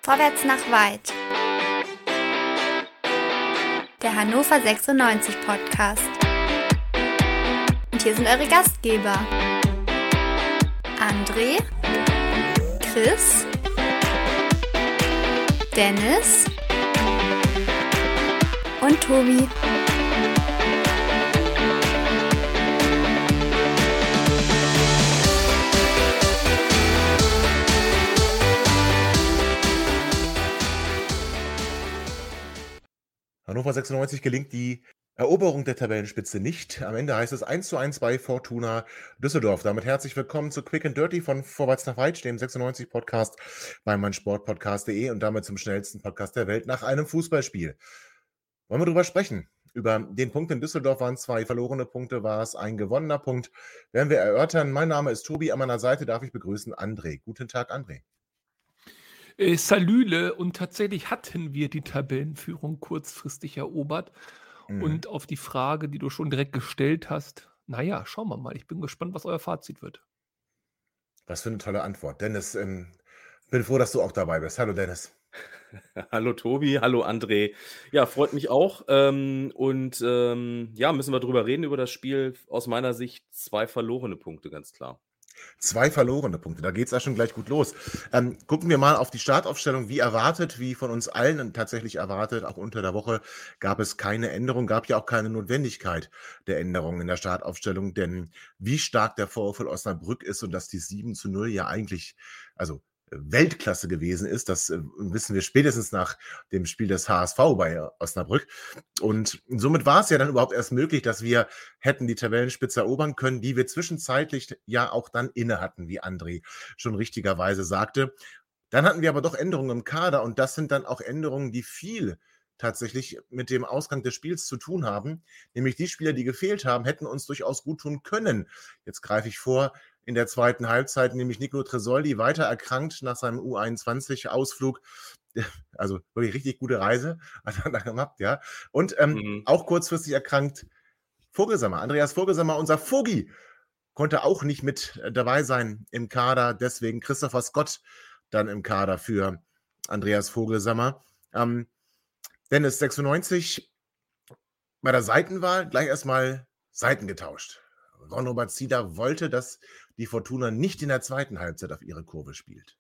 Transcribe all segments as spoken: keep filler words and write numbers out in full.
Vorwärts nach weit. Der Hannover sechsundneunzig Podcast. Und hier sind eure Gastgeber. André, Chris, Dennis und Tobi. Hannover sechsundneunzig gelingt die Eroberung der Tabellenspitze nicht. Am Ende heißt es eins zu eins bei Fortuna Düsseldorf. Damit herzlich willkommen zu Quick and Dirty von Vorwärts nach weit, dem sechsundneunzig Podcast bei meinsportpodcast punkt de und damit zum schnellsten Podcast der Welt nach einem Fußballspiel. Wollen wir drüber sprechen? Über den Punkt in Düsseldorf waren zwei verlorene Punkte, war es ein gewonnener Punkt. Werden wir erörtern. Mein Name ist Tobi, an meiner Seite darf ich begrüßen André. Guten Tag, André. Äh, Salüle, und tatsächlich hatten wir die Tabellenführung kurzfristig erobert. Mhm. Und auf die Frage, die du schon direkt gestellt hast, naja, schauen wir mal. Ich bin gespannt, was euer Fazit wird. Was für eine tolle Antwort. Dennis, ähm, bin froh, dass du auch dabei bist. Hallo Dennis. Hallo Tobi, hallo André. Ja, freut mich auch. Ähm, und ähm, ja, müssen wir drüber reden, über das Spiel. Aus meiner Sicht zwei verlorene Punkte, ganz klar. Zwei verlorene Punkte, da geht es ja schon gleich gut los. Ähm, gucken wir mal auf die Startaufstellung. Wie erwartet, wie von uns allen tatsächlich erwartet, auch unter der Woche gab es keine Änderung, gab ja auch keine Notwendigkeit der Änderung in der Startaufstellung, denn wie stark der VfL Osnabrück ist und dass die sieben zu null ja eigentlich, also Weltklasse gewesen ist, das äh, wissen wir spätestens nach dem Spiel des H S V bei Osnabrück. Und somit war es ja dann überhaupt erst möglich, dass wir hätten die Tabellenspitze erobern können, die wir zwischenzeitlich ja auch dann inne hatten, wie André schon richtigerweise sagte. Dann hatten wir aber doch Änderungen im Kader und das sind dann auch Änderungen, die viel tatsächlich mit dem Ausgang des Spiels zu tun haben. Nämlich die Spieler, die gefehlt haben, hätten uns durchaus gut tun können. Jetzt greife ich vor, in der zweiten Halbzeit, nämlich Nicolo Tresoldi, weiter erkrankt nach seinem U einundzwanzig-Ausflug. Also wirklich richtig gute Reise hat er da gemacht, ja. Und ähm, Mhm. auch kurzfristig erkrankt Vogelsammer, Andreas Vogelsammer, unser Vogi, konnte auch nicht mit dabei sein im Kader. Deswegen Christopher Scott dann im Kader für Andreas Vogelsammer. Ähm, Dennis, sechsundneunzig bei der Seitenwahl gleich erstmal Seiten getauscht. Ron-Robert Zieder wollte, dass die Fortuna nicht in der zweiten Halbzeit auf ihre Kurve spielt.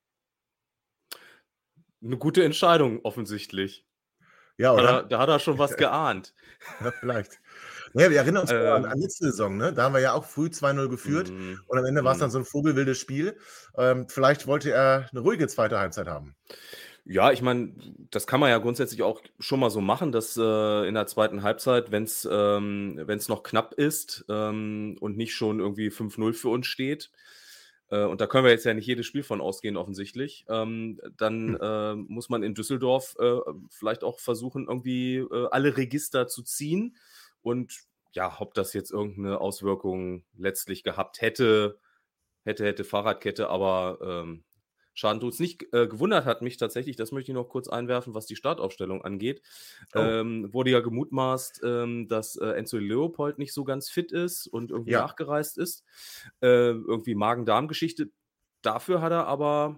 Eine gute Entscheidung, offensichtlich. Ja, Hat oder? er, da hat er schon was geahnt. Ja, vielleicht. Naja, wir erinnern uns ähm, an, Ähm, an letzte Saison, ne? Da haben wir ja auch früh zwei null geführt mm, und am Ende war es dann mm. so ein vogelwildes Spiel. Ähm, vielleicht wollte er eine ruhige zweite Halbzeit haben. Ja, ich meine, das kann man ja grundsätzlich auch schon mal so machen, dass äh, in der zweiten Halbzeit, wenn es ähm, wenn's noch knapp ist ähm, und nicht schon irgendwie fünf null für uns steht, äh, und da können wir jetzt ja nicht jedes Spiel von ausgehen offensichtlich, ähm, dann äh, muss man in Düsseldorf äh, vielleicht auch versuchen, irgendwie äh, alle Register zu ziehen. Und ja, ob das jetzt irgendeine Auswirkung letztlich gehabt hätte, hätte, hätte Fahrradkette, aber ähm, Schaden tut's nicht. Äh, gewundert hat mich tatsächlich, das möchte ich noch kurz einwerfen, was die Startaufstellung angeht. Oh. Ähm, wurde ja gemutmaßt, ähm, dass äh, Enzo Leopold nicht so ganz fit ist und irgendwie Ja. nachgereist ist. Äh, irgendwie Magen-Darm-Geschichte. Dafür hat er aber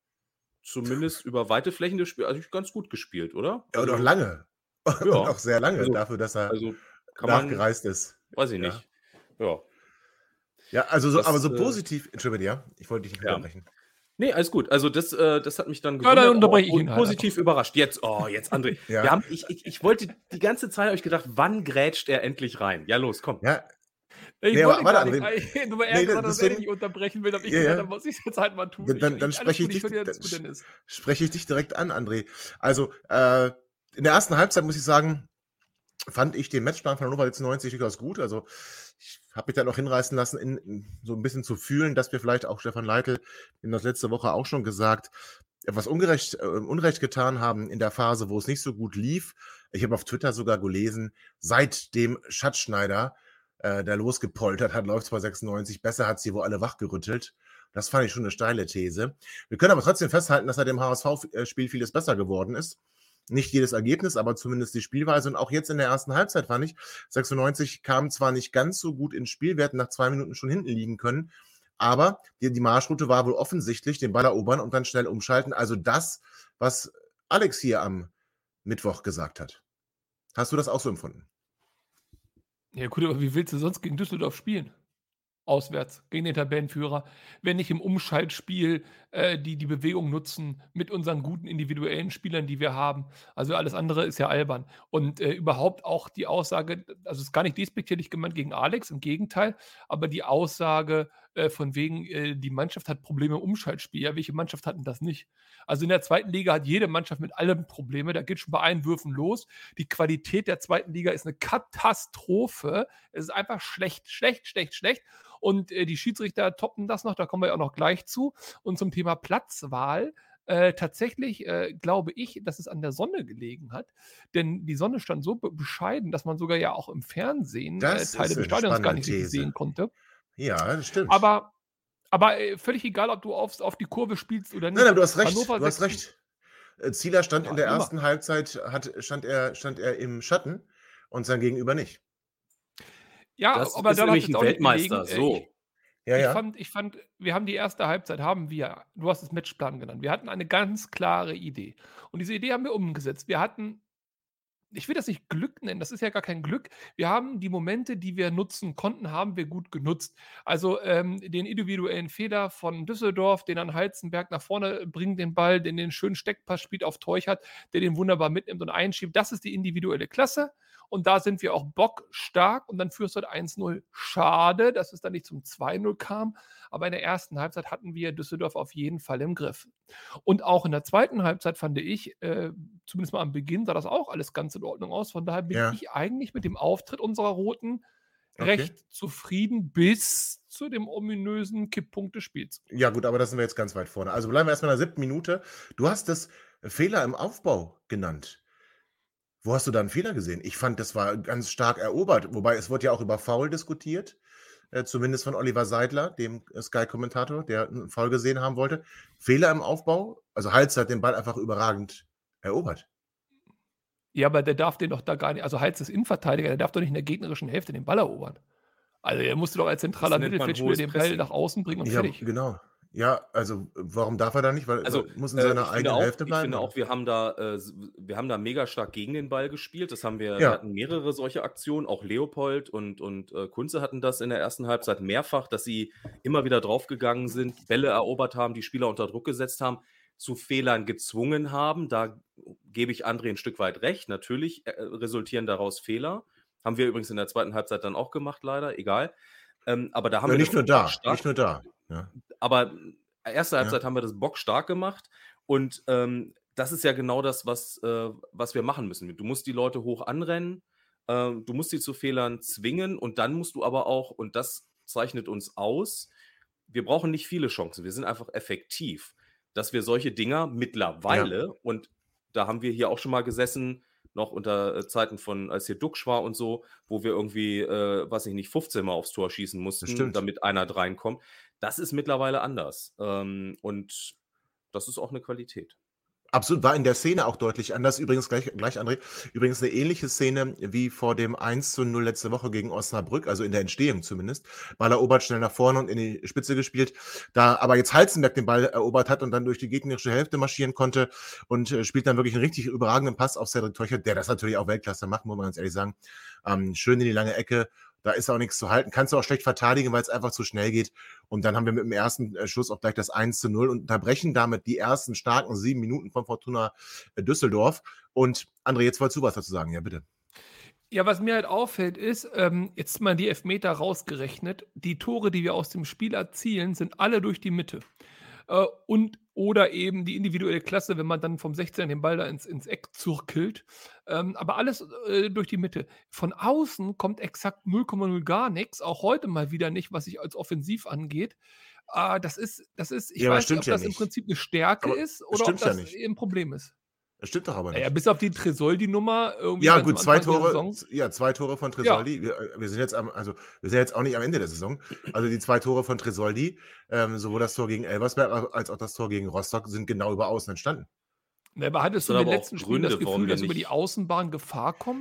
zumindest über weite Flächen des Spiels also ganz gut gespielt, oder? Ja, und Also, auch lange. ja. Und auch sehr lange, Also, dafür, dass er also kann man, nachgereist ist. weiß ich Ja. nicht. Ja. Ja, also so, Das, aber so äh, positiv. Entschuldige, ja, ich wollte dich nicht ja. unterbrechen. Nee, alles gut. Also das, äh, das hat mich dann Ja, gewundert, dann aber unterbreche ich auch ihn halt positiv überrascht. Jetzt, oh, jetzt André. Ja. Wir haben, ich, ich, ich wollte die ganze Zeit, habe ich gedacht, wann grätscht er endlich rein? Ja, los, komm. Ja, Ich Nee, wollte warte, gar André. nicht. Nur weil er Nee, gesagt hat, dass er deswegen- dich unterbrechen will, habe ich Ja, gesagt, ja. dann muss ich es jetzt halt mal tun. Dann- dann- dann ich, spreche ich alles gut, dich- höre dir dann zu, Dennis. spreche ich dich direkt an, André. Also, äh, in der ersten Halbzeit muss ich sagen, fand ich den Matchplan von Hannover sechsundneunzig durchaus gut. Also, ich habe mich dann auch hinreißen lassen, in, in so ein bisschen zu fühlen, dass wir vielleicht auch Stefan Leitl in das letzte Woche auch schon gesagt, etwas ungerecht, äh, Unrecht getan haben in der Phase, wo es nicht so gut lief. Ich habe auf Twitter sogar gelesen, seit dem Schatzschneider, äh, der losgepoltert hat, läuft es bei sechsundneunzig besser, hat sie wohl alle wachgerüttelt. Das fand ich schon eine steile These. Wir können aber trotzdem festhalten, dass seit dem H S V-Spiel vieles besser geworden ist. Nicht jedes Ergebnis, aber zumindest die Spielweise. Und auch jetzt in der ersten Halbzeit fand ich, sechsundneunzig kam zwar nicht ganz so gut ins Spiel, wir hätten nach zwei Minuten schon hinten liegen können, Aber die, die Marschroute war wohl offensichtlich, den Ball erobern und dann schnell umschalten. Also das, was Alex hier am Mittwoch gesagt hat. Hast du das auch so empfunden? Ja gut, aber wie willst du sonst gegen Düsseldorf spielen? Auswärts, gegen den Tabellenführer, wenn nicht im Umschaltspiel äh, die die Bewegung nutzen mit unseren guten individuellen Spielern, die wir haben. Also alles andere ist ja albern. Und äh, überhaupt auch die Aussage, also ist gar nicht despektierlich gemeint gegen Alex, im Gegenteil, aber die Aussage äh, von wegen, äh, die Mannschaft hat Probleme im Umschaltspiel. Ja, welche Mannschaft hat denn das nicht? Also in der zweiten Liga hat jede Mannschaft mit allem Probleme. Da geht schon bei Einwürfen los. Die Qualität der zweiten Liga ist eine Katastrophe. Es ist einfach schlecht, schlecht, schlecht, schlecht. Und äh, die Schiedsrichter toppen das noch, da kommen wir auch noch gleich zu. Und zum Thema Platzwahl, äh, tatsächlich äh, glaube ich, dass es an der Sonne gelegen hat. Denn die Sonne stand so be bescheiden, dass man sogar ja auch im Fernsehen äh, Das Teile ist des eine Stadions gar spannende nicht richtig These. sehen konnte. Ja, das stimmt. Aber, aber äh, völlig egal, ob du aufs, auf die Kurve spielst oder Nein, nicht. aber du hast recht. Hannover Du hast sechs recht. Äh, Zieler stand Ja, in der immer. ersten Halbzeit, hat, stand, er, stand er im Schatten und sein Gegenüber nicht. Ja, Das aber ist daran hat nämlich jetzt ein auch nicht gelegen. Weltmeister, Äh, so. ich, Ja, ich, ja. fand, ich fand, wir haben die erste Halbzeit, haben wir, du hast es Matchplan genannt, wir hatten eine ganz klare Idee. Und diese Idee haben wir umgesetzt. Wir hatten, ich will das nicht Glück nennen, das ist ja gar kein Glück. Wir haben die Momente, die wir nutzen konnten, haben wir gut genutzt. Also ähm, den individuellen Fehler von Düsseldorf, den an Heizenberg nach vorne bringt, den Ball, den den schönen Steckpass spielt auf Teuchert, der den wunderbar mitnimmt und einschiebt. Das ist die individuelle Klasse. Und da sind wir auch bockstark und dann führst du halt eins null. Schade, dass es dann nicht zum zwei null kam, aber in der ersten Halbzeit hatten wir Düsseldorf auf jeden Fall im Griff. Und auch in der zweiten Halbzeit fand ich, äh, zumindest mal am Beginn, sah das auch alles ganz in Ordnung aus. Von daher bin Ja. ich eigentlich mit dem Auftritt unserer Roten Okay. recht zufrieden bis zu dem ominösen Kipppunkt des Spiels. Ja, gut, aber da sind wir jetzt ganz weit vorne. Also bleiben wir erstmal in der siebten Minute. Du hast das Fehler im Aufbau genannt. Wo hast du da einen Fehler gesehen? Ich fand, das war ganz stark erobert. Wobei es wurde ja auch über Foul diskutiert. Äh, zumindest von Oliver Seidler, dem äh, Sky-Kommentator, der einen Foul gesehen haben wollte. Fehler im Aufbau. Also Hals hat den Ball einfach überragend erobert. Ja, aber der darf den doch da gar nicht, also Heitz ist Innenverteidiger, der darf doch nicht in der gegnerischen Hälfte den Ball erobern. Also er musste doch als zentraler nennt man Mittelfeldspieler hohes den Ball Pressing. nach außen bringen und Ja, fertig. genau. Ja, also warum darf er da nicht? Weil Also, äh, muss in äh, seiner ich finde eigenen auch, Hälfte ich bleiben. finde oder? auch, wir haben da, äh, s- wir haben da mega stark gegen den Ball gespielt. Das haben wir, wir Ja, hatten mehrere solche Aktionen. Auch Leopold und, und äh, Kunze hatten das in der ersten Halbzeit mehrfach, dass sie immer wieder draufgegangen sind, Bälle erobert haben, die Spieler unter Druck gesetzt haben, zu Fehlern gezwungen haben. Da gebe ich André ein Stück weit recht. Natürlich äh, resultieren daraus Fehler. Haben wir übrigens in der zweiten Halbzeit dann auch gemacht, leider. Egal. Ähm, aber da haben ja wir nicht das nur da, bockstark, nicht nur da. Ja, aber erste ja. Halbzeit haben wir das bockstark gemacht und ähm, das ist ja genau das, was, äh, was wir machen müssen. Du musst die Leute hoch anrennen, ähm, du musst sie zu Fehlern zwingen und dann musst du aber auch, und das zeichnet uns aus, wir brauchen nicht viele Chancen, wir sind einfach effektiv, dass wir solche Dinger Ja, mittlerweile, und da haben wir hier auch schon mal gesessen, noch unter äh, Zeiten von, als hier Duxch war und so, wo wir irgendwie, äh, weiß ich nicht, fünfzehn Mal aufs Tor schießen das mussten, stimmt. damit einer reinkommt. Das ist mittlerweile anders. Ähm, und das ist auch eine Qualität. Absolut, war in der Szene auch deutlich anders. Übrigens, gleich, gleich André, übrigens eine ähnliche Szene wie vor dem eins zu null letzte Woche gegen Osnabrück, also in der Entstehung zumindest. Ball erobert, schnell nach vorne und in die Spitze gespielt. Da aber jetzt Halzenberg den Ball erobert hat und dann durch die gegnerische Hälfte marschieren konnte und äh, spielt dann wirklich einen richtig überragenden Pass auf Cedric Teuchert, der das natürlich auch Weltklasse macht, muss man ganz ehrlich sagen. Ähm, schön in die lange Ecke. Da ist auch nichts zu halten. Kannst du auch schlecht verteidigen, weil es einfach zu schnell geht. Und dann haben wir mit dem ersten äh, Schuss auch gleich das eins zu null und unterbrechen damit die ersten starken sieben Minuten von Fortuna äh, Düsseldorf. Und André, jetzt wolltest du was dazu sagen. Ja, bitte. Ja, was mir halt auffällt, ist, ähm, jetzt mal die Elfmeter rausgerechnet, die Tore, die wir aus dem Spiel erzielen, sind alle durch die Mitte. Äh, und oder eben die individuelle Klasse, wenn man dann vom sechzehner den Ball da ins, ins Eck zirkelt. Ähm, aber alles äh, durch die Mitte. Von außen kommt exakt null Komma null gar nichts, auch heute mal wieder nicht, was sich als offensiv angeht. Äh, das ist, das ist, ich Ja, aber weiß nicht, ob stimmt ja das im nicht. Prinzip eine Stärke Aber ist es oder ob stimmt ja das nicht. ein Problem ist. Es stimmt doch aber Naja, nicht. bis auf die Tresoldi-Nummer irgendwie Ja, ganz am gut, zwei Anfang der Tore, Saison. z- ja, zwei Tore von Ja, Tresoldi. Wir, äh, wir sind jetzt am, also wir sind jetzt auch nicht am Ende der Saison. Also die zwei Tore von Tresoldi, ähm, sowohl das Tor gegen Elversberg als auch das Tor gegen Rostock, sind genau über Außen entstanden. ne, aber Es hattest du sind in den aber auch letzten Spielen das Gründe, warum Gefühl, wir dass über die nicht. Außenbahn Gefahr kommt?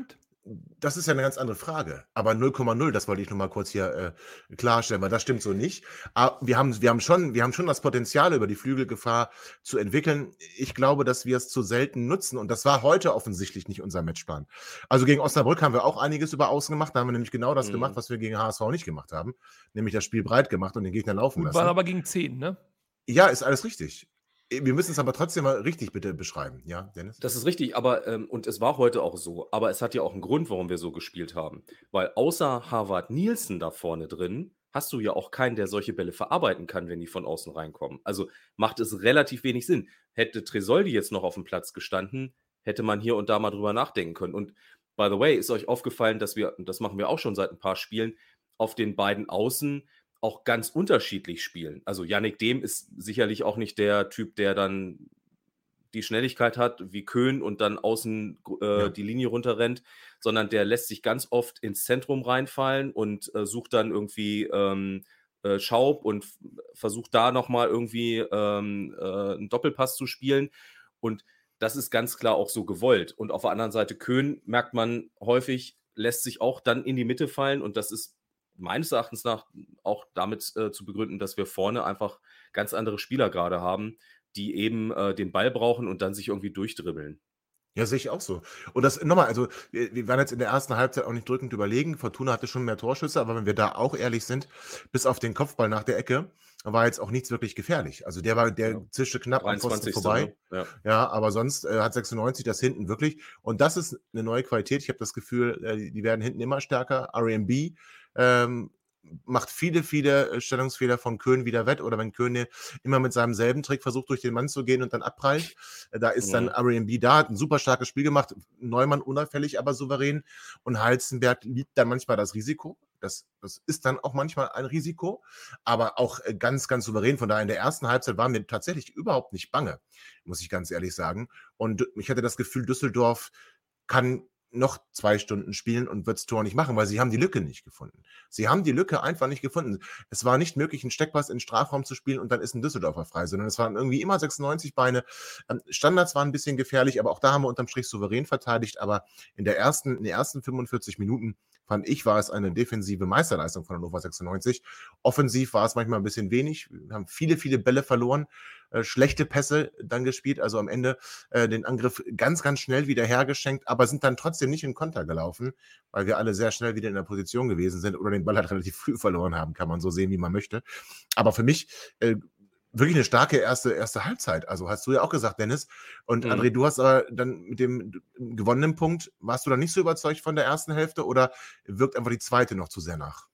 Das ist ja eine ganz andere Frage. Aber null Komma null, das wollte ich noch mal kurz hier, äh, klarstellen, weil das stimmt so nicht. Ah, wir haben wir haben schon wir haben schon das Potenzial, über die Flügelgefahr zu entwickeln. Ich glaube, dass wir es zu selten nutzen und das war heute offensichtlich nicht unser Matchplan. Also, gegen Osnabrück haben wir auch einiges über Außen gemacht. Da haben wir nämlich genau das gemacht, Mhm. was wir gegen H S V nicht gemacht haben, nämlich das Spiel breit gemacht und den Gegner laufen Gut, waren lassen. aber gegen zehn, ne? Ja, ist alles richtig. Äh, wir müssen es aber trotzdem mal richtig bitte beschreiben. Ja, Dennis? Das ist richtig, aber ähm, und es war heute auch so, aber es hat ja auch einen Grund, warum wir so gespielt haben. Weil außer Harvard Nielsen da vorne drin hast du ja auch keinen, der solche Bälle verarbeiten kann, wenn die von außen reinkommen. Also macht es relativ wenig Sinn. Hätte Tresoldi jetzt noch auf dem Platz gestanden, hätte man hier und da mal drüber nachdenken können. Und by the way, ist euch aufgefallen, dass wir, und das machen wir auch schon seit ein paar Spielen, auf den beiden Außen auch ganz unterschiedlich spielen. Also Yannick Dehm ist sicherlich auch nicht der Typ, der dann die Schnelligkeit hat wie Köhn und dann außen äh, Ja. die Linie runterrennt, sondern der lässt sich ganz oft ins Zentrum reinfallen und äh, sucht dann irgendwie ähm, äh, Schaub und f- versucht da nochmal irgendwie ähm, äh, einen Doppelpass zu spielen. Und das ist ganz klar auch so gewollt. Und auf der anderen Seite Köhn, merkt man häufig, lässt sich auch dann in die Mitte fallen und das ist meines Erachtens nach auch damit äh, zu begründen, dass wir vorne einfach ganz andere Spieler gerade haben, die eben äh, den Ball brauchen und dann sich irgendwie durchdribbeln. Ja, sehe ich auch so. Und das nochmal, also wir, wir waren jetzt in der ersten Halbzeit auch nicht drückend überlegen. Fortuna hatte schon mehr Torschüsse, aber wenn wir da auch ehrlich sind, bis auf den Kopfball nach der Ecke, war jetzt auch nichts wirklich gefährlich. Also der war, der Ja. zischte knapp am Pfosten dreiundzwanzigste vorbei. Ne? Ja. Ja, aber sonst äh, hat sechsundneunzig das hinten wirklich. Und das ist eine neue Qualität. Ich habe das Gefühl, äh, die die werden hinten immer stärker. R M B ähm, macht viele, viele äh, Stellungsfehler von Köhn wieder wett. Oder wenn Köhn immer mit seinem selben Trick versucht, durch den Mann zu gehen und dann abprallt. Äh, Da ist dann Mhm. R M B da, hat ein super starkes Spiel gemacht. Neumann unauffällig, aber souverän. Und Heizenberg liebt dann manchmal das Risiko. Das, das ist dann auch manchmal ein Risiko, aber auch äh, ganz, ganz souverän. Von daher in der ersten Halbzeit waren wir tatsächlich überhaupt nicht bange, muss ich ganz ehrlich sagen. Und ich hatte das Gefühl, Düsseldorf kann noch zwei Stunden spielen und wird das Tor nicht machen, weil sie haben die Lücke nicht gefunden. Sie haben die Lücke einfach nicht gefunden. Es war nicht möglich, einen Steckpass in den Strafraum zu spielen und dann ist ein Düsseldorfer frei, sondern es waren irgendwie immer sechsundneunzig Beine. Ähm, Standards waren ein bisschen gefährlich, aber auch da haben wir unterm Strich souverän verteidigt. Aber in der ersten, in den ersten fünfundvierzig Minuten, fand ich, war es eine defensive Meisterleistung von Hannover sechsundneunzig. Offensiv war es manchmal ein bisschen wenig. Wir haben viele, viele Bälle verloren, äh, schlechte Pässe dann gespielt, also am Ende äh, den Angriff ganz, ganz schnell wieder hergeschenkt, aber sind dann trotzdem nicht in Konter gelaufen, weil wir alle sehr schnell wieder in der Position gewesen sind oder den Ball halt relativ früh verloren haben, kann man so sehen, wie man möchte. Aber für mich äh, wirklich eine starke erste, erste Halbzeit. Also hast du ja auch gesagt, Dennis. Und Mhm. André, du hast aber dann mit dem gewonnenen Punkt, warst du dann nicht so überzeugt von der ersten Hälfte oder wirkt einfach die zweite noch zu sehr nach?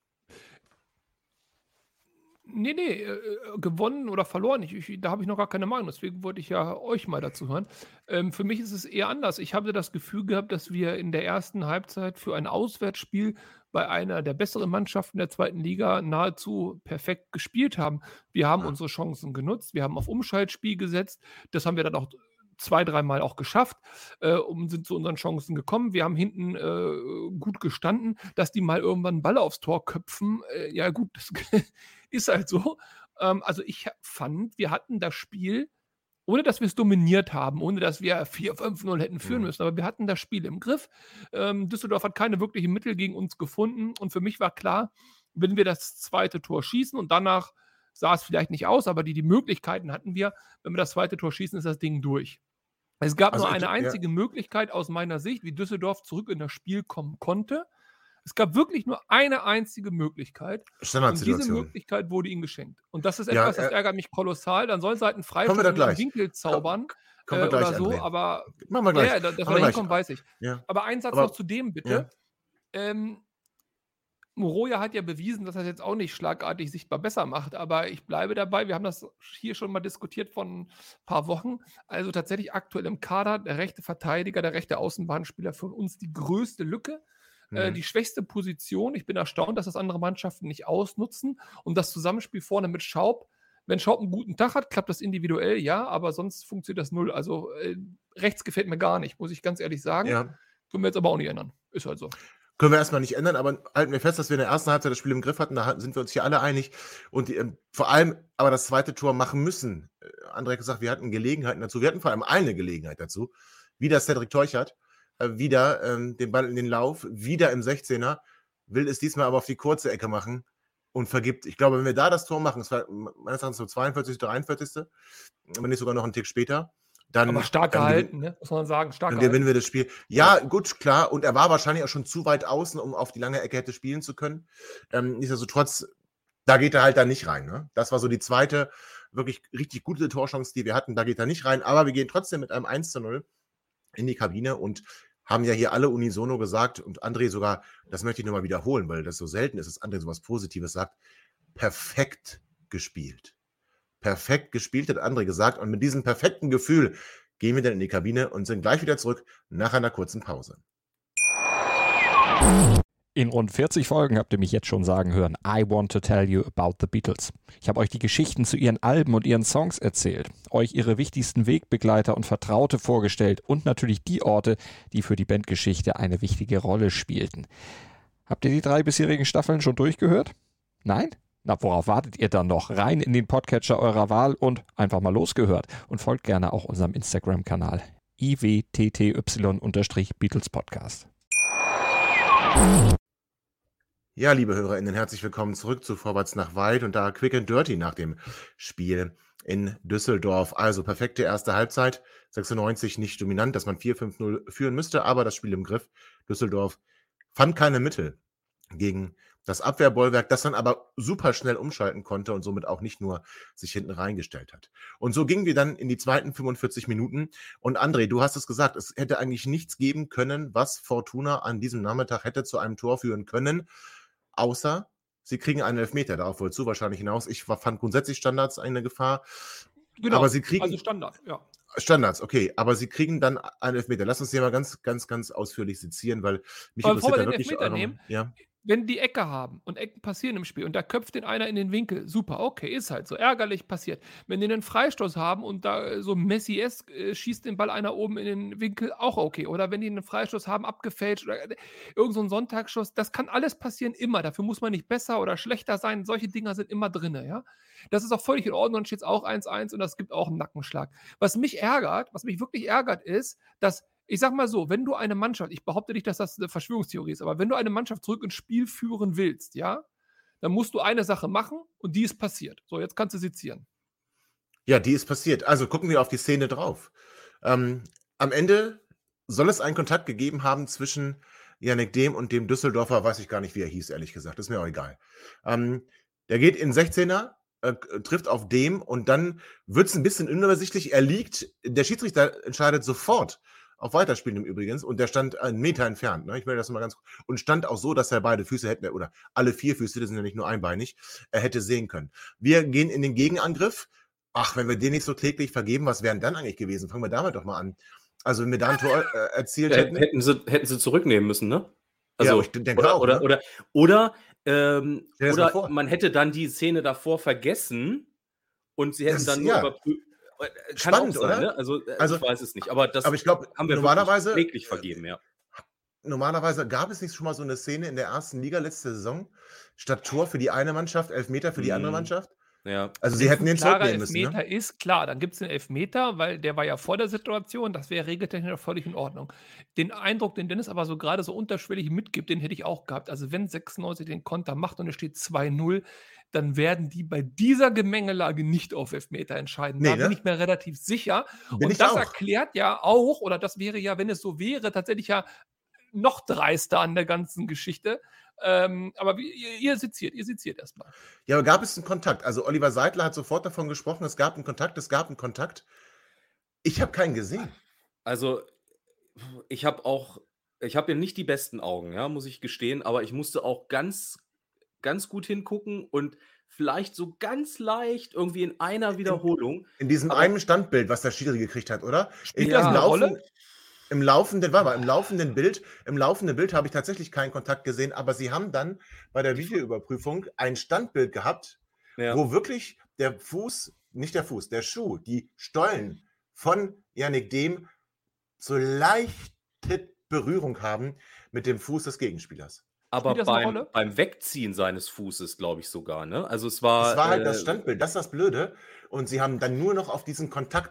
Nee, nee, äh, äh, gewonnen oder verloren, ich ich da habe ich noch gar keine Meinung, deswegen wollte ich ja euch mal dazu hören. Ähm, für mich ist es eher anders. Ich habe das Gefühl gehabt, dass wir in der ersten Halbzeit für ein Auswärtsspiel bei einer der besseren Mannschaften der zweiten Liga nahezu perfekt gespielt haben. Wir haben Ja. unsere Chancen genutzt, wir haben auf Umschaltspiel gesetzt. Das haben wir dann auch zwei, dreimal auch geschafft, äh, und sind zu unseren Chancen gekommen. Wir haben hinten äh, gut gestanden, dass die mal irgendwann 'n Ball aufs Tor köpfen. Äh, ja gut, das ist halt so. Ähm, also ich ha fand, wir hatten das Spiel, ohne dass wir es dominiert haben, ohne dass wir vier fünf null hätten führen Mhm. müssen, aber wir hatten das Spiel im Griff. Ähm, Düsseldorf hat keine wirklichen Mittel gegen uns gefunden und für mich war klar, wenn wir das zweite Tor schießen und danach sah es vielleicht nicht aus, aber die die Möglichkeiten hatten wir, wenn wir das zweite Tor schießen, ist das Ding durch. Es gab Also nur ich, eine ja, einzige Möglichkeit aus meiner Sicht, wie Düsseldorf zurück in das Spiel kommen konnte. Es gab wirklich nur eine einzige Möglichkeit und diese Standardsituation. Möglichkeit wurde ihnen geschenkt. Und das ist Ja, etwas, das äh, ärgert mich kolossal. Dann sollen sie halt 'n kommen wir Freistoß da in irgendeinen gleich. Winkel Komm, zaubern, kommen äh, wir gleich, oder so, André. aber Machen wir ja, gleich. ja, da dass wir Machen wir da gleich. hinkommen, weiß ich. Ja. Aber ein Satz noch Aber zu dem ja. bitte. Ähm, Moroja hat ja bewiesen, dass er's jetzt auch nicht schlagartig sichtbar besser macht, aber ich bleibe dabei, wir haben das hier schon mal diskutiert vor 'n paar Wochen. Also tatsächlich aktuell im Kader der rechte Verteidiger, der rechte Außenbahnspieler für uns die größte Lücke, äh, Mhm. die schwächste Position. Ich bin erstaunt, dass das andere Mannschaften nicht ausnutzen und das Zusammenspiel vorne mit Schaub. Wenn Schaub 'n guten Tag hat, klappt das individuell, ja, aber sonst funktioniert das null. Also, äh, rechts gefällt mir gar nicht, muss ich ganz ehrlich sagen. Ja. Können wir jetzt aber auch nicht ändern. Ist halt so. Können wir erstmal nicht ändern, aber halten wir fest, dass wir in der ersten Halbzeit das Spiel im Griff hatten. Da hatten sind wir uns hier alle einig. Und die, ähm, vor allem aber das zweite Tor machen müssen. Äh, André hat gesagt, wir hatten Gelegenheiten dazu. Wir hatten vor allem eine Gelegenheit dazu, wie der Cedric Teuchert. äh, wieder ähm, den Ball in den Lauf, wieder im sechzehner, will es diesmal aber auf die kurze Ecke machen und vergibt. Ich glaube, wenn wir da das Tor machen, es war meines Erachtens so zweiundvierzigste, dreiundvierzigste, wenn nicht sogar noch einen Tick später, dann, Aber stark dann, gehalten, gewin ne? Muss man sagen, stark dann gehalten. gewinnen wir das Spiel. Ja, gut, klar. Und er war wahrscheinlich auch schon zu weit außen, um auf die lange Ecke hätte spielen zu können. Ähm, nichtsdestotrotz, da geht er halt dann nicht rein. Ne? Das war so die zweite wirklich richtig gute Torchance, die wir hatten. Da geht er nicht rein. Aber wir gehen trotzdem mit einem eins zu null in die Kabine und haben ja hier alle unisono gesagt und André sogar, das möchte ich nur mal wiederholen, weil das so selten ist, dass André sowas Positives sagt, perfekt gespielt. Perfekt gespielt, hat André gesagt. Und mit diesem perfekten Gefühl gehen wir dann in die Kabine und sind gleich wieder zurück nach einer kurzen Pause. In rund vierzig Folgen habt ihr mich jetzt schon sagen hören, I want to tell you about the Beatles. Ich habe euch die Geschichten zu ihren Alben und ihren Songs erzählt, euch ihre wichtigsten Wegbegleiter und Vertraute vorgestellt und natürlich die Orte, die für die Bandgeschichte eine wichtige Rolle spielten. Habt ihr die drei bisherigen Staffeln schon durchgehört? Nein? Na, worauf wartet ihr dann noch? Rein in den Podcatcher eurer Wahl und einfach mal losgehört. Und folgt gerne auch unserem Instagram-Kanal I W T T Y-Beatles Podcast. Ja, liebe HörerInnen, herzlich willkommen zurück zu Vorwärts nach Weit und da Quick and Dirty nach dem Spiel in Düsseldorf. Also perfekte erste Halbzeit, sechsundneunzig nicht dominant, dass man vier fünf null führen müsste, aber das Spiel im Griff. Düsseldorf fand keine Mittel gegen das Abwehrbollwerk, das dann aber super schnell umschalten konnte und somit auch nicht nur sich hinten reingestellt hat. Und so gingen wir dann in die zweiten fünfundvierzig Minuten. Und André, du hast es gesagt, es hätte eigentlich nichts geben können, was Fortuna an diesem Nachmittag hätte zu einem Tor führen können, außer sie kriegen einen Elfmeter. Darauf wolltest du wahrscheinlich hinaus. Ich fand grundsätzlich Standards eine Gefahr. Genau, aber sie kriegen also Standard, ja. Standards, okay, aber sie kriegen dann einen Elfmeter. Lass uns hier mal ganz, ganz, ganz ausführlich sezieren, weil mich Aber bevor interessiert wir da den wirklich Elfmeter eure- nehmen, ja. wenn die Ecke haben und Ecken passieren im Spiel und da köpft den einer in den Winkel, super, okay, ist halt so, ärgerlich passiert. Wenn die einen Freistoß haben und da äh, so Messi-esk äh, schießt den Ball einer oben in den Winkel, auch okay. Oder wenn die einen Freistoß haben, abgefälscht oder äh, irgend so ein Sonntagsschuss, das kann alles passieren, immer. Dafür muss man nicht besser oder schlechter sein. Solche Dinger sind immer drin, ja. Das ist auch völlig in Ordnung, dann steht es auch eins eins und das gibt auch einen Nackenschlag. Was mich ärgert, was mich wirklich ärgert, ist, dass ich sag mal so, wenn du eine Mannschaft, ich behaupte nicht, dass das eine Verschwörungstheorie ist, aber wenn du eine Mannschaft zurück ins Spiel führen willst, ja, dann musst du eine Sache machen und die ist passiert. So, jetzt kannst du sezieren. Ja, die ist passiert. Also gucken wir auf die Szene drauf. Ähm, am Ende soll es einen Kontakt gegeben haben zwischen Yannick Dehm und dem Düsseldorfer, weiß ich gar nicht, wie er hieß, ehrlich gesagt. Das ist mir auch egal. Ähm, der geht in sechzehner, äh, trifft auf Dehm und dann wird es ein bisschen unübersichtlich. Er liegt, der Schiedsrichter entscheidet sofort auf Weiterspielen im Übrigen und der stand einen Meter entfernt. Ne? Ich will das mal ganz und stand auch so, dass er beide Füße hätte, oder alle vier Füße, das sind ja nicht nur einbeinig, er hätte sehen können. Wir gehen in den Gegenangriff. Ach, wenn wir den nicht so kläglich vergeben, was wären dann eigentlich gewesen? Fangen wir damit doch mal an. Also, wenn wir da ein Tor äh, erzielt Ja, hätten. hätten, sie, hätten sie zurücknehmen müssen, ne? Ja, Also, ich denke oder, auch, oder, ne? oder, oder, ähm, Stell dir das mal oder vor. man hätte dann die Szene davor vergessen und sie hätten Das- dann nur ja. überprüft. Kann Spannend, auch sein, oder? ne? Also, äh, Also, ich weiß es nicht. Aber das aber ich glaube, haben wir normalerweise, wirklich täglich vergeben, ja. normalerweise gab es nicht schon mal so eine Szene in der ersten Liga letzte Saison, statt Tor für die eine Mannschaft, Elfmeter für die andere Mhm. Mannschaft? Ja. Also sie Wenn's hätten ein den klarer zurücknehmen müssen, Elfmeter ne? ist, klar, dann gibt es den Elfmeter, weil der war ja vor der Situation, das wäre regeltechnisch auch völlig in Ordnung. Den Eindruck, den Dennis aber so gerade so unterschwellig mitgibt, den hätte ich auch gehabt. Also wenn sechsundneunzig den Konter macht und es steht zwei null, dann werden die bei dieser Gemengelage nicht auf Elfmeter entscheiden. Nee, da bin ne? ich mir relativ sicher. Bin und ich das auch. erklärt ja auch, oder das wäre ja, wenn es so wäre, tatsächlich ja noch dreister an der ganzen Geschichte. Ähm, aber wie, ihr, ihr seziert, ihr seziert erstmal. Ja, aber gab es einen Kontakt? Also Oliver Seidler hat sofort davon gesprochen, es gab einen Kontakt, es gab einen Kontakt. Ich habe keinen gesehen. Also, ich habe auch, ich habe ja nicht die besten Augen, ja, muss ich gestehen, aber ich musste auch ganz, ganz gut hingucken und vielleicht so ganz leicht irgendwie in einer Wiederholung. In diesem Aber- einen Standbild, was der Schiri gekriegt hat, oder? Spielt In- das im eine Laufen- Rolle? Im laufenden, warte mal, im laufenden Bild, im laufenden Bild habe ich tatsächlich keinen Kontakt gesehen, aber sie haben dann bei der Videoüberprüfung ein Standbild gehabt, Ja. wo wirklich der Fuß, nicht der Fuß, der Schuh, die Stollen von Yannick Dehm so leichte Berührung haben mit dem Fuß des Gegenspielers. Aber Spielt das eine beim, Rolle? beim Wegziehen seines Fußes, glaube ich sogar, ne? Also es war. Das war halt äh, das Standbild, das ist das Blöde. Und sie haben dann nur noch auf diesen Kontakt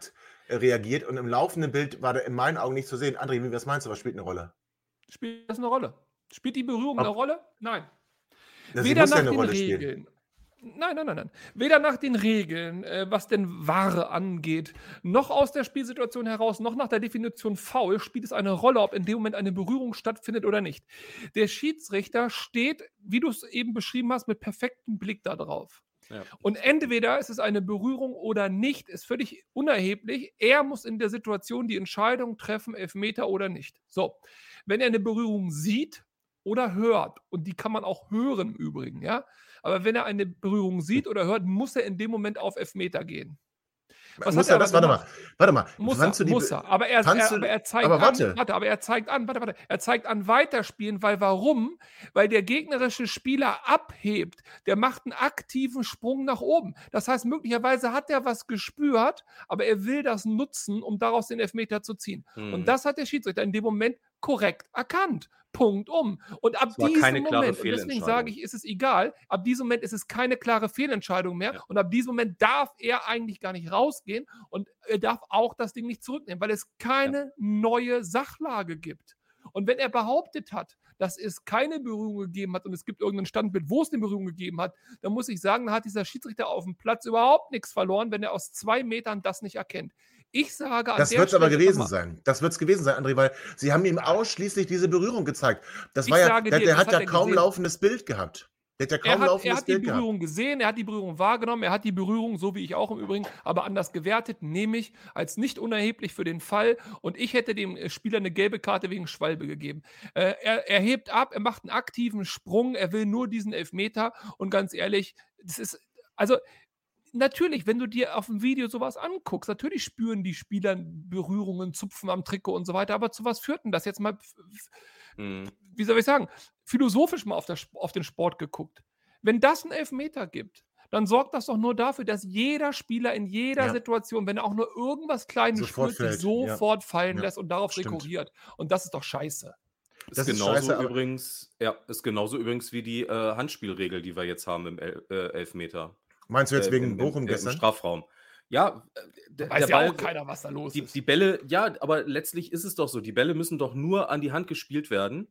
äh, reagiert und im laufenden Bild war der in meinen Augen nicht zu sehen. André, wie- was meinst du, was spielt eine Rolle? Spielt das eine Rolle? Spielt die Berührung Ob- eine Rolle? Nein. Na, sie Weder muss ja nach eine den Rolle spielen. Regeln. Nein, nein, nein, nein. Weder nach den Regeln, äh, was denn Ware angeht, noch aus der Spielsituation heraus, noch nach der Definition Foul spielt es eine Rolle, ob in dem Moment eine Berührung stattfindet oder nicht. Der Schiedsrichter steht, wie du es eben beschrieben hast, mit perfektem Blick da drauf. Ja. Und entweder ist es eine Berührung oder nicht, ist völlig unerheblich. Er muss in der Situation die Entscheidung treffen, Elfmeter oder nicht. So, wenn er eine Berührung sieht oder hört, und die kann man auch hören im Übrigen, ja, aber wenn er eine Berührung sieht oder hört, muss er in dem Moment auf Elfmeter gehen. Was Muss hat er er das? aber Warte mal, gemacht? warte mal. Muss er, Fandst du die muss Be- er. Aber er, fandst er, du- aber er zeigt aber an, warte. warte, aber er zeigt an, warte, warte, er zeigt an Weiterspielen, weil warum? Weil der gegnerische Spieler abhebt, der macht einen aktiven Sprung nach oben. Das heißt, möglicherweise hat er was gespürt, aber er will das nutzen, um daraus den Elfmeter zu ziehen. Mhm. Und das hat der Schiedsrichter in dem Moment korrekt erkannt. Punkt um. Und ab Es war diesem keine klare Moment, und deswegen Fehlentscheidung. sage ich, ist es egal, ab diesem Moment ist es keine klare Fehlentscheidung mehr Ja. und ab diesem Moment darf er eigentlich gar nicht rausgehen und er darf auch das Ding nicht zurücknehmen, weil es keine neue Sachlage gibt. Und wenn er behauptet hat, dass es keine Berührung gegeben hat und es gibt irgendein Standbild, wo es eine Berührung gegeben hat, dann muss ich sagen, dann hat dieser Schiedsrichter auf dem Platz überhaupt nichts verloren, wenn er aus zwei Metern das nicht erkennt. Ich sage an Das der wird es aber Stelle gewesen nochmal- sein. Das wird es gewesen sein, André, weil sie haben ihm ausschließlich diese Berührung gezeigt. Das Ich war ja, sage der, dir, der das hat hat ja er kaum gesehen. laufendes Bild gehabt. Der hat ja Er kaum hat, er laufendes hat die Bild gehabt. Berührung gesehen, er hat die Berührung wahrgenommen, er hat die Berührung, so wie ich auch im Übrigen, aber anders gewertet, nämlich als nicht unerheblich für den Fall. Und ich hätte dem äh, Spieler eine gelbe Karte wegen Schwalbe gegeben. Äh, er, er hebt ab, er macht einen aktiven Sprung, er will nur diesen Elfmeter. Und ganz ehrlich, das ist, also natürlich, wenn du dir auf dem Video sowas anguckst, natürlich spüren die Spieler Berührungen, Zupfen am Trikot und so weiter. Aber zu was führt denn das jetzt mal? f- f- Mhm. Wie soll ich sagen, philosophisch mal auf, das, auf den Sport geguckt. Wenn das einen Elfmeter gibt, dann sorgt das doch nur dafür, dass jeder Spieler in jeder Ja. Situation, wenn er auch nur irgendwas Kleines Sofort spürt, sich fällt, ja. sofort fallen Ja, lässt und darauf stimmt. rekurriert. Und das ist doch scheiße. Ist Das ist genauso scheiße, aber- übrigens, ja, ist genauso übrigens wie die äh, Handspielregel, die wir jetzt haben im El äh, Elfmeter. Meinst du jetzt Äh, wegen im, im, Bochum im gestern? Strafraum. Ja, äh, der, Weiß der ja Ball, auch keiner, was da los die, ist. die Bälle, ja, aber letztlich ist es doch so, die Bälle müssen doch nur an die Hand gespielt werden.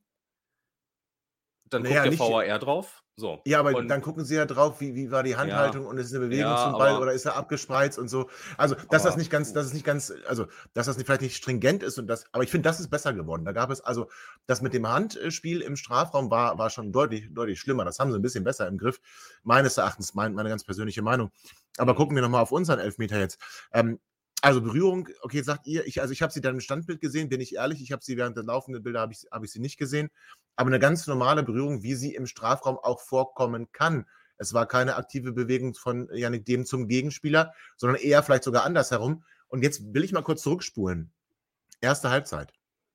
Dann Naja, guckt der nicht- V A R drauf. So. Ja, aber Und- dann gucken sie ja drauf, wie, wie war die Handhaltung und ist es eine Bewegung Ja, zum Ball aber- oder ist er abgespreizt und so. Also, dass das Aber- nicht ganz, dass es nicht ganz, also, dass das nicht, vielleicht nicht stringent ist und das, aber ich finde, das ist besser geworden. Da gab es also, das mit dem Handspiel im Strafraum war, war schon deutlich, deutlich schlimmer. Das haben sie ein bisschen besser im Griff, meines Erachtens, mein, meine ganz persönliche Meinung. Aber Mhm. gucken wir nochmal auf unseren Elfmeter jetzt. Ähm, also Berührung, okay, jetzt sagt ihr, ich, also ich habe sie dann im Standbild gesehen, bin ich ehrlich, ich habe sie während der laufenden Bilder, habe ich, habe ich sie nicht gesehen, aber eine ganz normale Berührung, wie sie im Strafraum auch vorkommen kann. Es war keine aktive Bewegung von Yannick Dehm zum Gegenspieler, sondern eher vielleicht sogar andersherum. Und jetzt will ich mal kurz zurückspulen. Erste Halbzeit.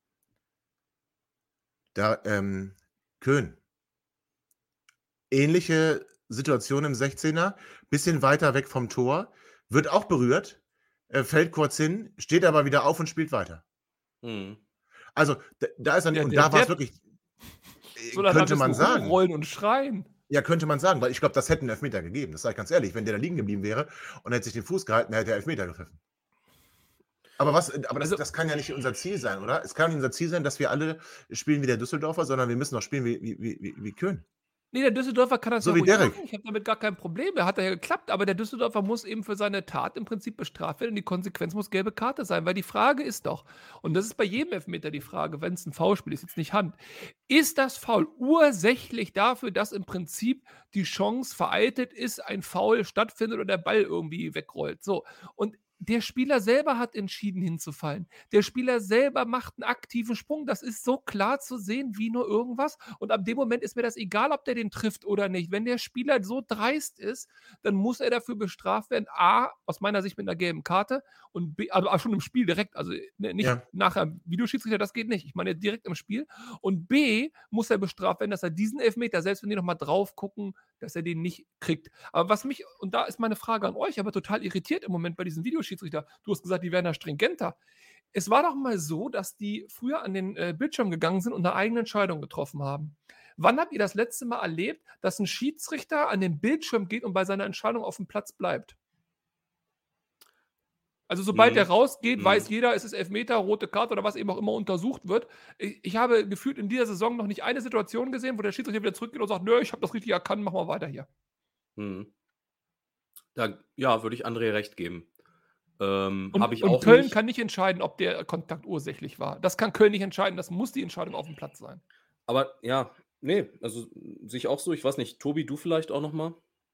Da, ähm, Köhn. Ähnliche Situation im sechzehner, bisschen weiter weg vom Tor, wird auch berührt, äh, fällt kurz hin, steht aber wieder auf und spielt weiter. Mhm. Also da, da ist dann, Der- und der- da war es der- wirklich, äh, So, dann könnte am man besten sagen. rumrollen und schreien. Ja, könnte man sagen, weil ich glaube, das hätte einen Elfmeter gegeben. Das sage ich ganz ehrlich. Wenn der da liegen geblieben wäre und hätte sich den Fuß gehalten, hätte er Elfmeter gepfiffen. Aber, was, aber das, Also- das kann ja nicht unser Ziel sein, oder? Es kann nicht unser Ziel sein, dass wir alle spielen wie der Düsseldorfer, sondern wir müssen doch spielen wie, wie, wie, wie- wie Köln. Nee, der Düsseldorfer kann das So ja wie ruhig Derek. machen. Ich habe damit gar kein Problem. Er hat ja geklappt, aber der Düsseldorfer muss eben für seine Tat im Prinzip bestraft werden und die Konsequenz muss gelbe Karte sein, weil die Frage ist doch, und das ist bei jedem Elfmeter die Frage, wenn es ein Foulspiel ist, jetzt nicht Hand, ist das Foul ursächlich dafür, dass im Prinzip die Chance veraltet ist, ein Foul stattfindet oder der Ball irgendwie wegrollt? So, und der Spieler selber hat entschieden hinzufallen. Der Spieler selber macht einen aktiven Sprung. Das ist so klar zu sehen wie nur irgendwas. Und ab dem Moment ist mir das egal, ob der den trifft oder nicht. Wenn der Spieler so dreist ist, dann muss er dafür bestraft werden. A, aus meiner Sicht mit einer gelben Karte und B, also schon im Spiel direkt. Also ne, nicht Ja. nachher Videoschiedsrichter, das geht nicht. Ich meine direkt im Spiel. Und B, muss er bestraft werden, dass er diesen Elfmeter, selbst wenn die nochmal drauf gucken, dass er den nicht kriegt. Aber was mich, und da ist meine Frage an euch, aber total irritiert im Moment bei diesen Videoschiedsrichter. Du hast gesagt, die werden da stringenter. Es war doch mal so, dass die früher an den äh, Bildschirm gegangen sind und eine eigene Entscheidung getroffen haben. Wann habt ihr das letzte Mal erlebt, dass ein Schiedsrichter an den Bildschirm geht und bei seiner Entscheidung auf dem Platz bleibt? Also Also sobald Mhm. der rausgeht, Mhm. weiß jeder, es ist Elfmeter, rote Karte oder was eben auch immer untersucht wird. Ich, ich habe gefühlt in dieser Saison noch nicht eine Situation gesehen, wo der Schiedsrichter wieder zurückgeht und sagt, nö, ich habe das richtig erkannt, machen wir weiter hier. Mhm. Da, ja, würde ich André recht geben. Ähm, Und, Habe ich und auch Köln nicht. kann nicht entscheiden, ob der Kontakt ursächlich war. Das kann Köln nicht entscheiden, das muss die Entscheidung auf dem Platz sein. Aber ja, nee, also sehe ich auch so. Ich weiß nicht, Tobi, du vielleicht auch noch mal?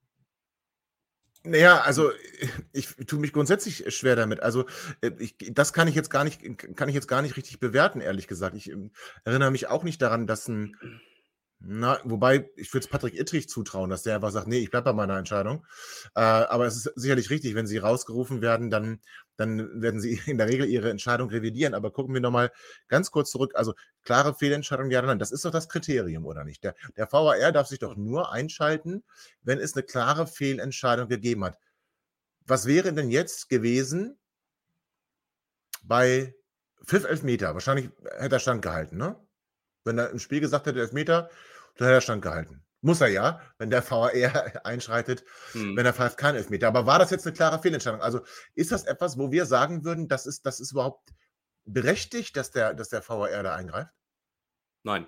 Naja, also ich tue mich grundsätzlich schwer damit. Also äh, ich, das kann ich jetzt gar nicht, kann ich jetzt gar nicht richtig bewerten, ehrlich gesagt. Ich ähm, erinnere mich auch nicht daran, dass ein, na, wobei ich würde es Patrick Ittrich zutrauen, dass der einfach sagt, nee, ich bleibe bei meiner Entscheidung. Äh, aber es ist sicherlich richtig, wenn sie rausgerufen werden, dann, dann werden sie in der Regel ihre Entscheidung revidieren. Aber gucken wir nochmal ganz kurz zurück. Also klare Fehlentscheidung, ja oder nein, das ist doch das Kriterium, oder nicht? Der, der V A R darf sich doch nur einschalten, wenn es eine klare Fehlentscheidung gegeben hat. Was wäre denn jetzt gewesen bei Pfiff Elfmeter? Wahrscheinlich hätte er standgehalten, ne? Wenn er im Spiel gesagt hätte, Elfmeter, dann hätte er standgehalten. Muss er ja, wenn der V A R einschreitet, Hm. wenn er pfeift, kein Elfmeter. Aber war das jetzt eine klare Fehlentscheidung? Also ist das etwas, wo wir sagen würden, das ist, das ist überhaupt berechtigt, dass der, dass der V A R da eingreift? Nein.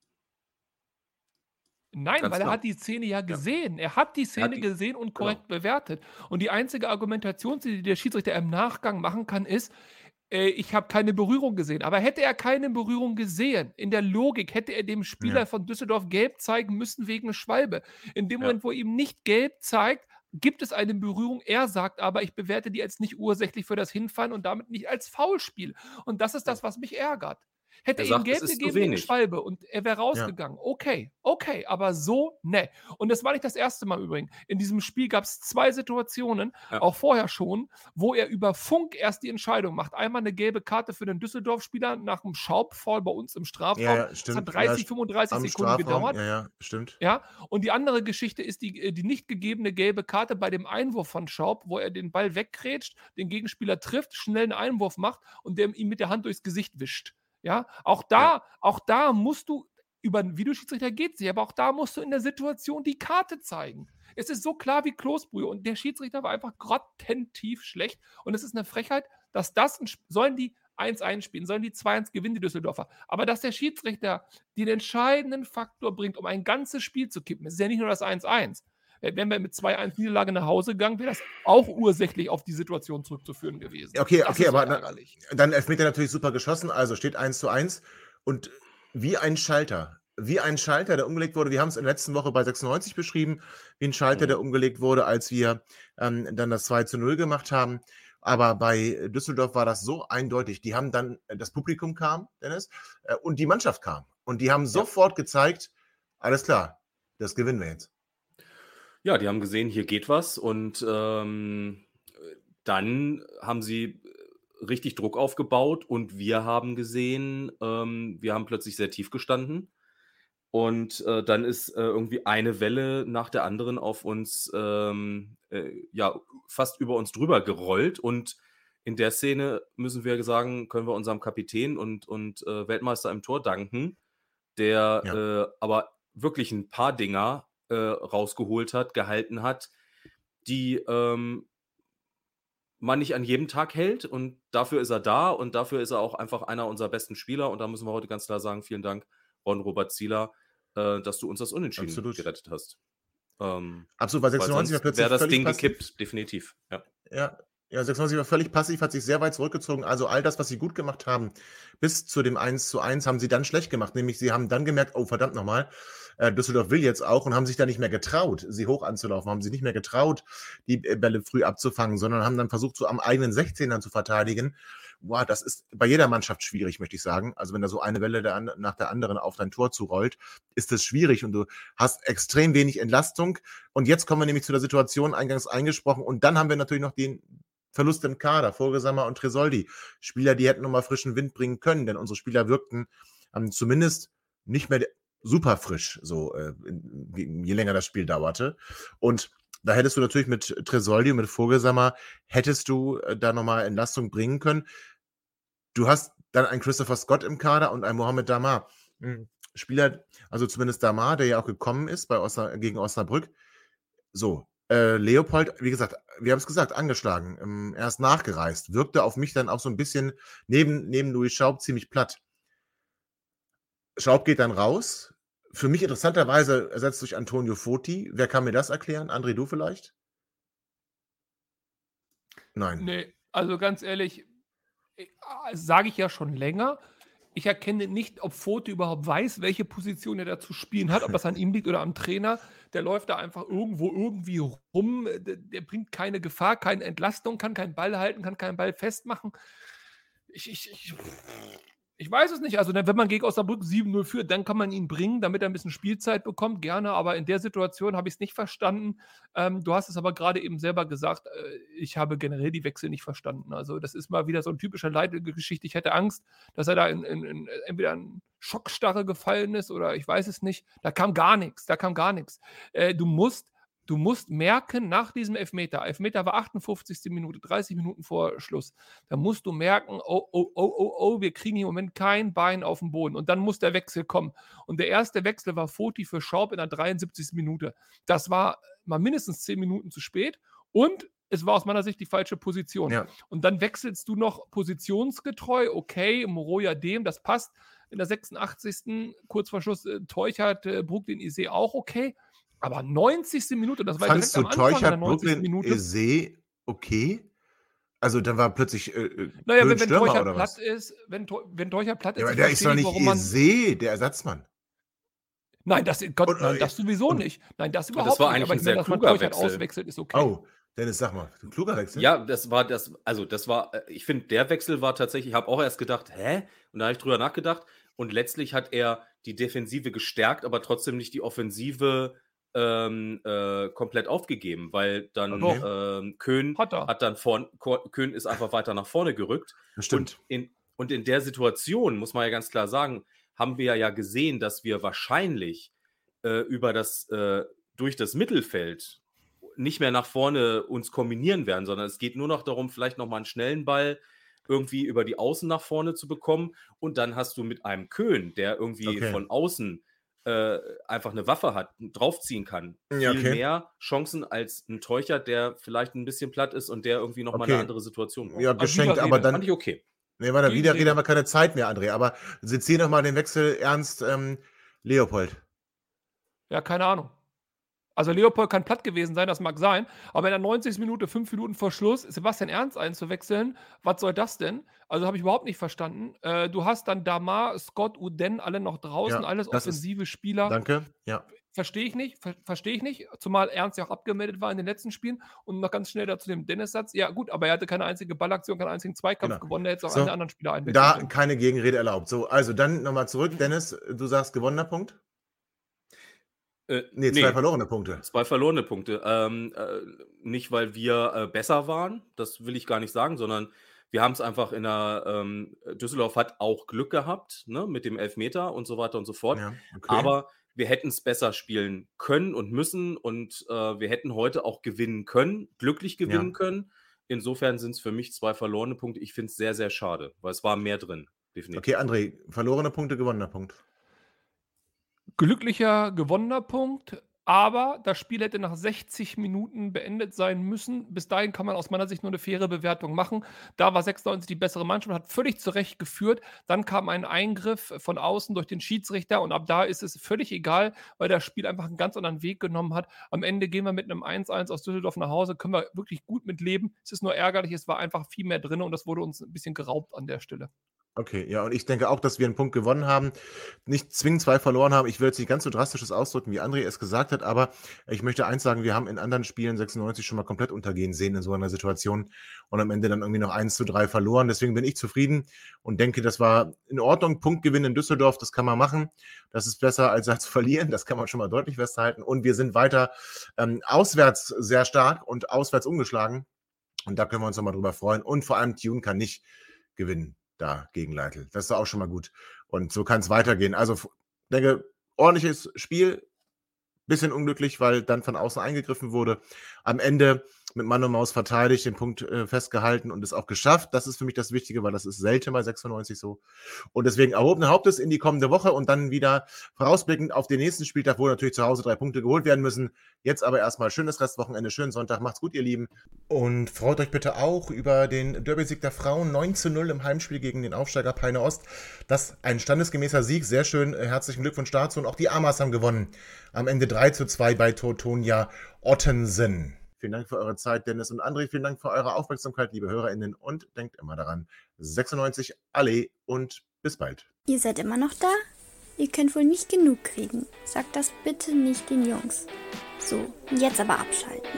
Nein, Ganz weil er klar. hat die Szene ja gesehen. Er hat die Szene die- gesehen und genau. korrekt bewertet. Und die einzige Argumentation, die der Schiedsrichter im Nachgang machen kann, ist, äh, ich habe keine Berührung gesehen. Aber hätte er keine Berührung gesehen, in der Logik hätte er dem Spieler Ja. von Düsseldorf gelb zeigen müssen wegen Schwalbe. In dem Ja. Moment, wo er ihm nicht gelb zeigt, gibt es eine Berührung. Er sagt aber, ich bewerte die als nicht ursächlich für das Hinfallen und damit nicht als Foulspiel. Und das ist das, was mich ärgert. Hätte Er er ihm sagt, gelb es ist zu gegeben wegen wenig. Schwalbe und er wäre rausgegangen, okay, okay, aber so, ne. Und das war nicht das erste Mal übrigens. In diesem Spiel gab es zwei Situationen, Ja. auch vorher schon, wo er über Funk erst die Entscheidung macht. Einmal eine gelbe Karte für den Düsseldorf-Spieler nach einem Schaubfall bei uns im Strafraum. Ja, ja, Das stimmt. hat dreißig, Ja, fünfunddreißig am Sekunden Strafraum, gedauert. ja, ja, stimmt. Ja, und die andere Geschichte ist die, äh, die nicht gegebene gelbe Karte bei dem Einwurf von Schaub, wo er den Ball wegkrätscht, den Gegenspieler trifft, schnell einen Einwurf macht und der ihm mit der Hand durchs Gesicht wischt. Ja, auch da, Ja. auch da musst du, über einen Videoschiedsrichter geht es nicht, aber auch da musst du in der Situation die Karte zeigen. Es ist so klar wie Kloßbrühe und der Schiedsrichter war einfach grottenstief schlecht und es ist eine Frechheit, dass das, ein Sp- sollen die eins eins spielen, sollen die zwei eins gewinnen, die Düsseldorfer. Aber dass der Schiedsrichter den entscheidenden Faktor bringt, um ein ganzes Spiel zu kippen, es ist ja nicht nur das eins eins. Äh, Wenn wir mit zwei eins Niederlage nach Hause gegangen, wäre das auch ursächlich auf die Situation zurückzuführen gewesen. Okay, Das okay, ist so aber na- ärgerlich. dann Elfmeter natürlich super geschossen, also steht eins zu eins und wie ein Schalter, wie ein Schalter, der umgelegt wurde, wir haben es in der letzten Woche bei sechsundneunzig beschrieben, wie ein Schalter, Mhm. der umgelegt wurde, als wir ähm, dann das zwei zu null gemacht haben, aber bei Düsseldorf war das so eindeutig, die haben dann, äh, das Publikum kam, Dennis, äh, und die Mannschaft kam und die haben sofort gezeigt, alles klar, das gewinnen wir jetzt. Ja, die haben gesehen, hier geht was und ähm, dann haben sie richtig Druck aufgebaut und wir haben gesehen, ähm, wir haben plötzlich sehr tief gestanden und äh, dann ist äh, irgendwie eine Welle nach der anderen auf uns, ähm, äh, ja, fast über uns drüber gerollt und in der Szene müssen wir sagen, können wir unserem Kapitän und, und äh, Weltmeister im Tor danken, der Ja. äh, aber wirklich ein paar Dinger äh, rausgeholt hat, gehalten hat, die ähm, man nicht an jedem Tag hält und dafür ist er da und dafür ist er auch einfach einer unserer besten Spieler und da müssen wir heute ganz klar sagen, vielen Dank, Ron-Robert Zieler, äh, dass du uns das Unentschieden Absolut. gerettet hast. Ähm, Absolut, weil weil sechsundneunzig war sonst plötzlich wäre das völlig Ding passiv. gekippt, definitiv. Ja. Ja, ja, sechsundneunzig war völlig passiv, hat sich sehr weit zurückgezogen. Also all das, was sie gut gemacht haben, bis zu dem eins zu eins, haben sie dann schlecht gemacht. Nämlich sie haben dann gemerkt, oh verdammt nochmal, äh, Düsseldorf will jetzt auch und haben sich da nicht mehr getraut, sie hoch anzulaufen, haben sie nicht mehr getraut, die äh, Bälle früh abzufangen, sondern haben dann versucht, so am eigenen sechzehnern zu verteidigen. Boah, das ist bei jeder Mannschaft schwierig, möchte ich sagen. Also wenn da so eine Welle der an, nach der anderen auf dein Tor zurollt, ist das schwierig und du hast extrem wenig Entlastung. Und jetzt kommen wir nämlich zu der Situation, eingangs eingesprochen, und dann haben wir natürlich noch den Verlust im Kader, Vogelsammer und Tresoldi. Spieler, die hätten nochmal frischen Wind bringen können, denn unsere Spieler wirkten ähm, zumindest nicht mehr super frisch, so äh, in, je länger das Spiel dauerte. Und da hättest du natürlich mit Tresoldi und mit Vogelsammer, hättest du äh, da nochmal Entlastung bringen können. Du hast dann einen Christopher Scott im Kader und einen Mohamed Damar. Mhm. Spieler, also zumindest Damar, der ja auch gekommen ist bei Osna, gegen Osnabrück. So, Äh, Leopold, wie gesagt, wir haben es gesagt, angeschlagen, ähm, er ist nachgereist, wirkte auf mich dann auch so ein bisschen neben neben Louis Schaub ziemlich platt. Schaub geht dann raus. Für mich interessanterweise ersetzt durch Antonio Foti. Wer kann mir das erklären? André, du vielleicht? Nein. Nee, also ganz ehrlich, äh, sage ich ja schon länger. Ich erkenne nicht, ob Foti überhaupt weiß, welche Position er da zu spielen hat, ob das an ihm liegt oder am Trainer. Der läuft da einfach irgendwo irgendwie rum. äh, Der, der bringt keine Gefahr, keine Entlastung, kann keinen Ball halten, kann keinen Ball festmachen. Ich, ich, ich, ich weiß es nicht. Also, wenn man gegen Osnabrück sieben null führt, dann kann man ihn bringen, damit er ein bisschen Spielzeit bekommt, gerne. Aber in der Situation habe ich es nicht verstanden. Ähm, du hast es aber gerade eben selber gesagt, äh, ich habe generell die Wechsel nicht verstanden. Also, das ist mal wieder so eine typische Leitgeschichte. Ich hätte Angst, dass er da in, in, in entweder in Schockstarre gefallen ist oder ich weiß es nicht. Da kam gar nichts. Da kam gar nichts. Äh, du musst Du musst merken, nach diesem Elfmeter, Elfmeter war achtundfünfzigste Minute, dreißig Minuten vor Schluss, da musst du merken, oh, oh, oh, oh, oh, wir kriegen hier im Moment kein Bein auf den Boden. Und dann muss der Wechsel kommen. Und der erste Wechsel war Foti für Schaub in der dreiundsiebzigsten Minute. Das war mal mindestens zehn Minuten zu spät und es war aus meiner Sicht die falsche Position. Ja. Und dann wechselst du noch positionsgetreu, okay, Moroja dem, das passt. In der sechsundachtzigsten kurz vor Schluss, äh, Teuchert, äh, Brooklyn Isee auch okay. Aber neunzigste Minute, das war Fandst direkt du am Anfang der Teuchert, neunzigsten Brooklyn, Minute. Eze okay? Also, dann war plötzlich, äh, äh, Naja, Köln wenn, wenn Stürmer Teuchert oder platt was? ist, wenn, Teu- wenn Teuchert platt Ja, ist, aber ich der ist verstehe doch nicht, nicht warum man. Eze, der Ersatzmann. Nein, das, Gott, Und, nein, äh, das sowieso und nicht. Nein, das Und überhaupt das war nicht. eigentlich Aber ein ich meine, sehr dass man kluger Teuchert Wechsel. auswechselt, ist okay. Oh, Dennis, sag mal, ein kluger Wechsel? Ja, das war das, also das war, äh, ich finde, der Wechsel war tatsächlich, ich habe auch erst gedacht, hä? Und da habe ich drüber nachgedacht. Und letztlich hat er die Defensive gestärkt, aber trotzdem nicht die Offensive ähm, äh, komplett aufgegeben, weil dann Doch. ähm, Köhn Hat er. hat dann vorn, Ko- Köhn ist einfach weiter nach vorne gerückt. Das stimmt. Und in, und in der Situation, muss man ja ganz klar sagen, haben wir ja gesehen, dass wir wahrscheinlich äh, über das, äh, durch das Mittelfeld nicht mehr nach vorne uns kombinieren werden, sondern es geht nur noch darum, vielleicht nochmal einen schnellen Ball irgendwie über die Außen nach vorne zu bekommen. Und dann hast du mit einem Köhn, der irgendwie Okay. von außen äh, einfach eine Waffe hat, draufziehen kann, Ja, viel okay. mehr Chancen als ein Teuchert, der vielleicht ein bisschen platt ist und der irgendwie nochmal Okay. eine andere Situation braucht. Ja, Also geschenkt, Widerrede. aber dann. Fand ich okay. Nee, warte, wieder Gegenrede. reden haben wir keine Zeit mehr, André. Aber sezieh noch mal den Wechsel ernst, ähm, Leopold. Ja, keine Ahnung. Also Leopold kann platt gewesen sein, das mag sein, aber in der neunzigsten Minute, fünf Minuten vor Schluss, Sebastian Ernst einzuwechseln, was soll das denn? Also habe ich überhaupt nicht verstanden. Äh, du hast dann Damar, Scott, Uden, alle noch draußen, Ja, alles das ist- offensive Spieler. Danke. Ja. Verstehe ich nicht, ver verstehe ich nicht, zumal Ernst ja auch abgemeldet war in den letzten Spielen und noch ganz schnell dazu dem Dennis-Satz. Ja gut, aber er hatte keine einzige Ballaktion, keinen einzigen Zweikampf Genau. gewonnen, der hätte auch So, einen anderen Spieler einwechseln Da können. keine Gegenrede erlaubt. So, also dann nochmal zurück. Dennis, du sagst gewonnener Punkt? Äh, Nee, zwei verlorene Punkte. Zwei verlorene Punkte. Ähm, äh, nicht, weil wir äh, besser waren, das will ich gar nicht sagen, sondern wir haben es einfach in der, ähm, Düsseldorf hat auch Glück gehabt, ne, mit dem Elfmeter und so weiter und so fort. Ja, okay. Aber wir hätten es besser spielen können und müssen und äh, wir hätten heute auch gewinnen können, glücklich gewinnen Ja. können. Insofern sind es für mich zwei verlorene Punkte. Ich finde es sehr, sehr schade, weil es war mehr drin, definitiv. Okay, André, verlorene Punkte, gewonnener Punkt. Glücklicher gewonnener Punkt, aber das Spiel hätte nach sechzig Minuten beendet sein müssen. Bis dahin kann man aus meiner Sicht nur eine faire Bewertung machen. Da war sechsundneunzig die bessere Mannschaft, hat völlig zurecht geführt. Dann kam ein Eingriff von außen durch den Schiedsrichter und ab da ist es völlig egal, weil das Spiel einfach einen ganz anderen Weg genommen hat. Am Ende gehen wir mit einem eins eins aus Düsseldorf nach Hause, können wir wirklich gut mit leben. Es ist nur ärgerlich, es war einfach viel mehr drin und das wurde uns ein bisschen geraubt an der Stelle. Okay, ja, und ich denke auch, dass wir einen Punkt gewonnen haben, nicht zwingend zwei verloren haben. Ich will jetzt nicht ganz so drastisches ausdrücken, wie André es gesagt hat, aber ich möchte eins sagen, wir haben in anderen Spielen sechsundneunzig schon mal komplett untergehen sehen in so einer Situation und am Ende dann irgendwie noch eins zu drei verloren. Deswegen bin ich zufrieden und denke, das war in Ordnung. Punktgewinn in Düsseldorf, das kann man machen. Das ist besser als zu verlieren, das kann man schon mal deutlich festhalten. Und wir sind weiter ähm, auswärts sehr stark und auswärts ungeschlagen. Und da können wir uns nochmal drüber freuen. Und vor allem Tune kann nicht gewinnen da gegen Leitl. Das ist auch schon mal gut. Und so kann es weitergehen. Also, ich denke, ordentliches Spiel, bisschen unglücklich, weil dann von außen eingegriffen wurde. Am Ende mit Mann und Maus verteidigt, den Punkt äh, festgehalten und es auch geschafft. Das ist für mich das Wichtige, weil das ist selten bei sechsundneunzig so. Und deswegen erhobenen Hauptes in die kommende Woche und dann wieder vorausblickend auf den nächsten Spieltag, wo natürlich zu Hause drei Punkte geholt werden müssen. Jetzt aber erstmal schönes Restwochenende, schönen Sonntag. Macht's gut, ihr Lieben. Und freut euch bitte auch über den Derby-Sieg der Frauen. neun zu null im Heimspiel gegen den Aufsteiger Peine Ost. Das ein standesgemäßer Sieg. Sehr schön. Herzlichen Glückwunsch dazu. Und auch die Amas haben gewonnen. Am Ende drei zu zwei bei Teutonia Ottensen. Vielen Dank für eure Zeit, Dennis und André. Vielen Dank für eure Aufmerksamkeit, liebe HörerInnen. Und denkt immer daran, sechsundneunzig, alle und bis bald. Ihr seid immer noch da? Ihr könnt wohl nicht genug kriegen. Sagt das bitte nicht den Jungs. So, jetzt aber abschalten.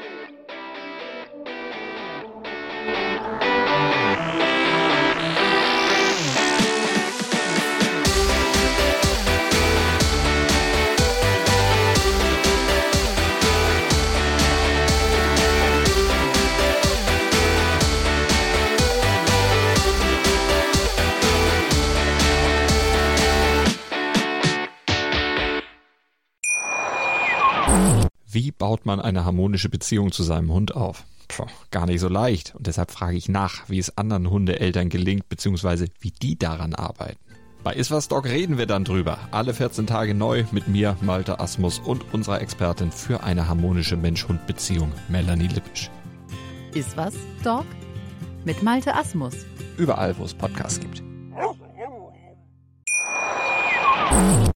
Wie baut man eine harmonische Beziehung zu seinem Hund auf? Puh, gar nicht so leicht. Und deshalb frage ich nach, wie es anderen Hundeeltern gelingt, beziehungsweise wie die daran arbeiten. Bei Iswas Dog reden wir dann drüber. Alle vierzehn Tage neu mit mir, Malte Asmus und unserer Expertin für eine harmonische Mensch-Hund-Beziehung, Melanie Lippisch. Iswas Dog mit Malte Asmus. Überall, wo es Podcasts gibt.